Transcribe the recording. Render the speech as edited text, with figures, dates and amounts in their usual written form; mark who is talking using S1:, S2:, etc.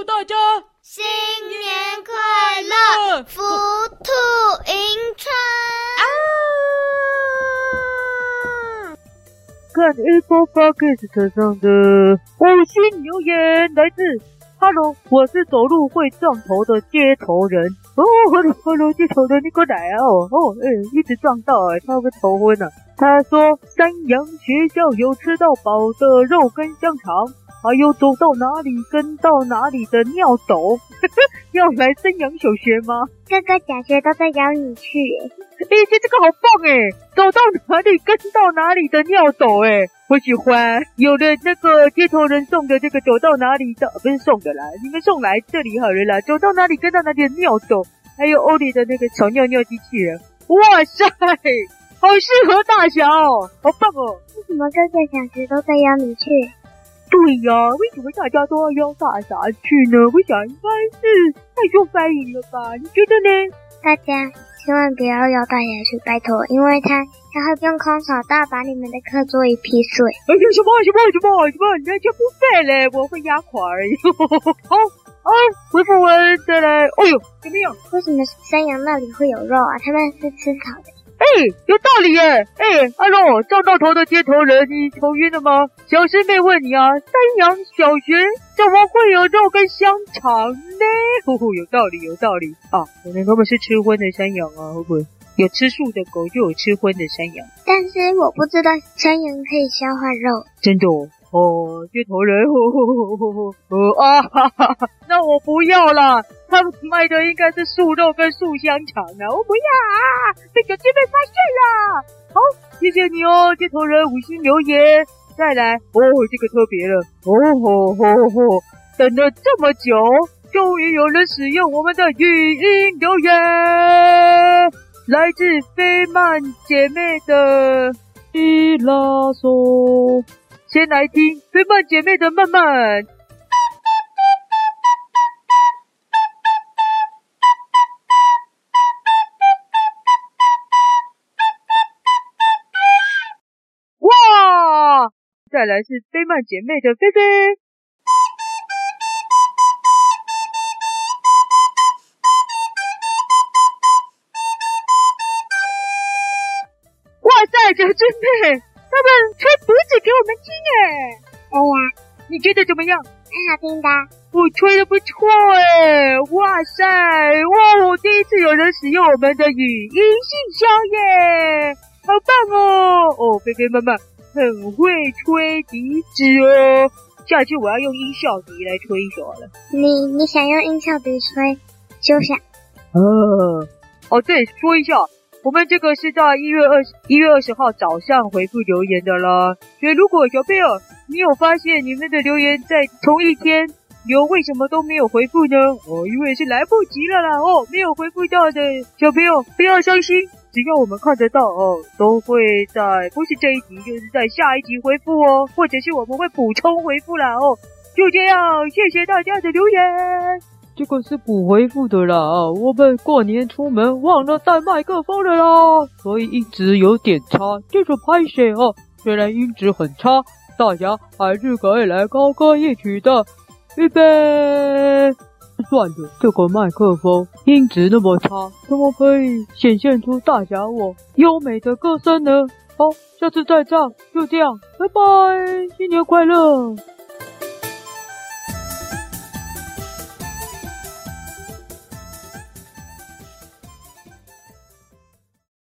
S1: 祝大家
S2: 新年快乐，福兔迎春。
S3: 看 Apple Podcast 上的5星留言来自 Hello， 我是走路会撞头的街头人。Hello， 街头人你过来啊！一直撞到差不多头昏了。他说山羊学校有吃到饱的肉跟香肠，还有走到哪里跟到哪里的尿斗。要来山羊小学吗？
S2: 各个小学都在邀你去
S3: 这个好棒走到哪里跟到哪里的尿斗我喜欢。有了那个街头人送的这个走到哪里的，不是送的啦，你们送来这里好了啦。走到哪里跟到哪里的尿斗，还有欧里的那个小尿尿机器人。哇塞，好适合大侠好棒
S2: 为什么各个小学都在邀你去？
S3: 对呀，为什么大家都要邀大侠去呢？我想应该是太受欢迎了吧？你觉得呢？
S2: 大家千万不要邀大侠去，拜托，因为他会用空手道把你们的课桌椅劈碎。
S3: 什么？你那就不废嘞，我会压垮而已。好，回复文再来。怎么样？
S2: 为什么山羊那里会有肉啊？他们是吃草的。
S3: 有道理耶！Hello， 撞到头的街头人，你头晕了吗？小师妹问你啊，山羊小学怎么会有肉跟香肠呢？有道理啊！可能他们是吃荤的山羊啊，会不会有吃素的狗就有吃荤的山羊？
S2: 但是我不知道山羊可以消化肉。
S3: 真的街头人那我不要啦，他们卖的应该是素肉跟素香肠啊，我不要被小师妹发现了。好，谢谢你街头人5星留言。再来这个特别了等了这么久，终于有人使用我们的语音留言，来自菲曼姐妹的伊拉索。先来听菲曼姐妹的慢慢。哇！再来是菲曼姐妹的菲菲。哇塞，小师妹，他们吹笛子给我们听
S2: 对呀，
S3: 你觉得怎么样？
S2: 很好听的。
S3: 我吹得不错哇塞，第一次有人使用我们的语音信箱耶，好棒菲菲妈妈很会吹笛子下次我要用音效笛来吹一首好了。
S2: 你想用音效笛吹就想
S3: 对，说一下我们这个是在1月20号早上回复留言的啦，所以如果小朋友你有发现你们的留言在同一天留，为什么都没有回复呢？因为是来不及了啦没有回复到的小朋友不要伤心，只要我们看得到都会在不是这一集就是在下一集回复或者是我们会补充回复啦就这样，谢谢大家的留言。这个是补回复的啦我们过年出门忘了带麦克风了啦，所以音质有点差，就是拍摄虽然音质很差，大家还是可以来高歌一曲的。预备，算了，这个麦克风音质那么差，怎么可以显现出大侠我优美的歌声呢？好，下次再唱，就这样，拜拜，新年快乐。